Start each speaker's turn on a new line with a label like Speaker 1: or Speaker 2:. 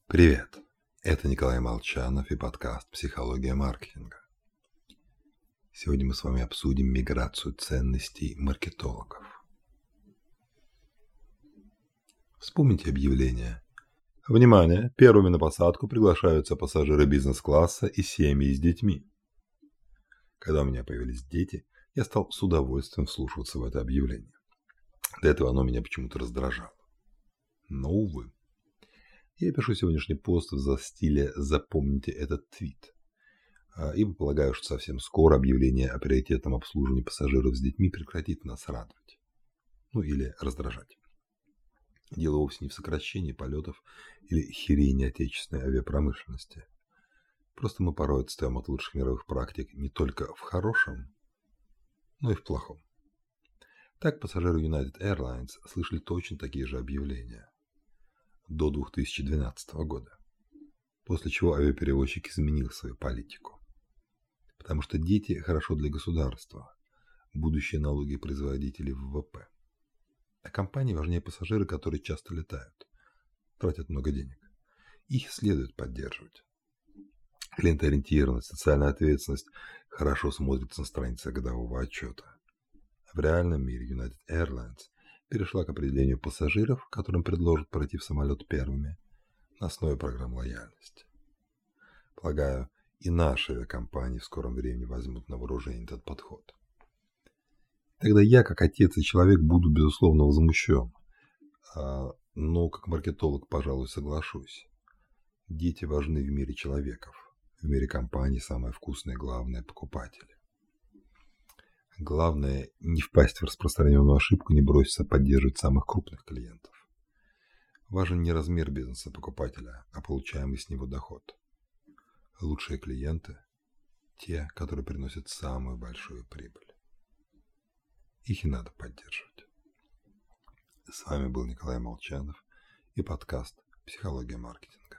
Speaker 1: Привет! Это Николай Молчанов и подкаст «Психология маркетинга». Сегодня мы с вами обсудим миграцию ценностей маркетологов. Вспомните объявление. Внимание! Первыми на посадку приглашаются пассажиры бизнес-класса и семьи с детьми. Когда у меня появились дети, я стал с удовольствием вслушиваться в это объявление. До этого оно меня почему-то раздражало. Но, увы. Я пишу сегодняшний пост в стиле «Запомните этот твит», ибо полагаю, что совсем скоро объявление о приоритетном обслуживании пассажиров с детьми прекратит нас радовать. Или раздражать. Дело вовсе не в сокращении полетов или херении отечественной авиапромышленности. Просто мы порой отстаем от лучших мировых практик не только в хорошем, но и в плохом. Так пассажиры United Airlines слышали точно такие же объявления до 2012 года, после чего авиаперевозчик изменил свою политику. Потому что дети хорошо для государства, будущие налоги производителей ВВП. А компании важнее пассажиры, которые часто летают, тратят много денег. Их следует поддерживать. Клиентоориентированность, социальная ответственность хорошо смотрятся на страницах годового отчета. В реальном мире United Airlines перешла к определению пассажиров, которым предложат пройти в самолет первыми, на основе программ лояльности. Полагаю, и наши авиакомпании в скором времени возьмут на вооружение этот подход. Тогда я, как отец и человек, буду, безусловно, возмущен. Но как маркетолог, пожалуй, соглашусь. Дети важны в мире человеков. В мире компаний самое вкусное и главное – покупатели. Главное – не впасть в распространенную ошибку, не броситься поддерживать самых крупных клиентов. Важен не размер бизнеса покупателя, а получаемый с него доход. Лучшие клиенты – те, которые приносят самую большую прибыль. Их и надо поддерживать. С вами был Николай Молчанов и подкаст «Психология маркетинга».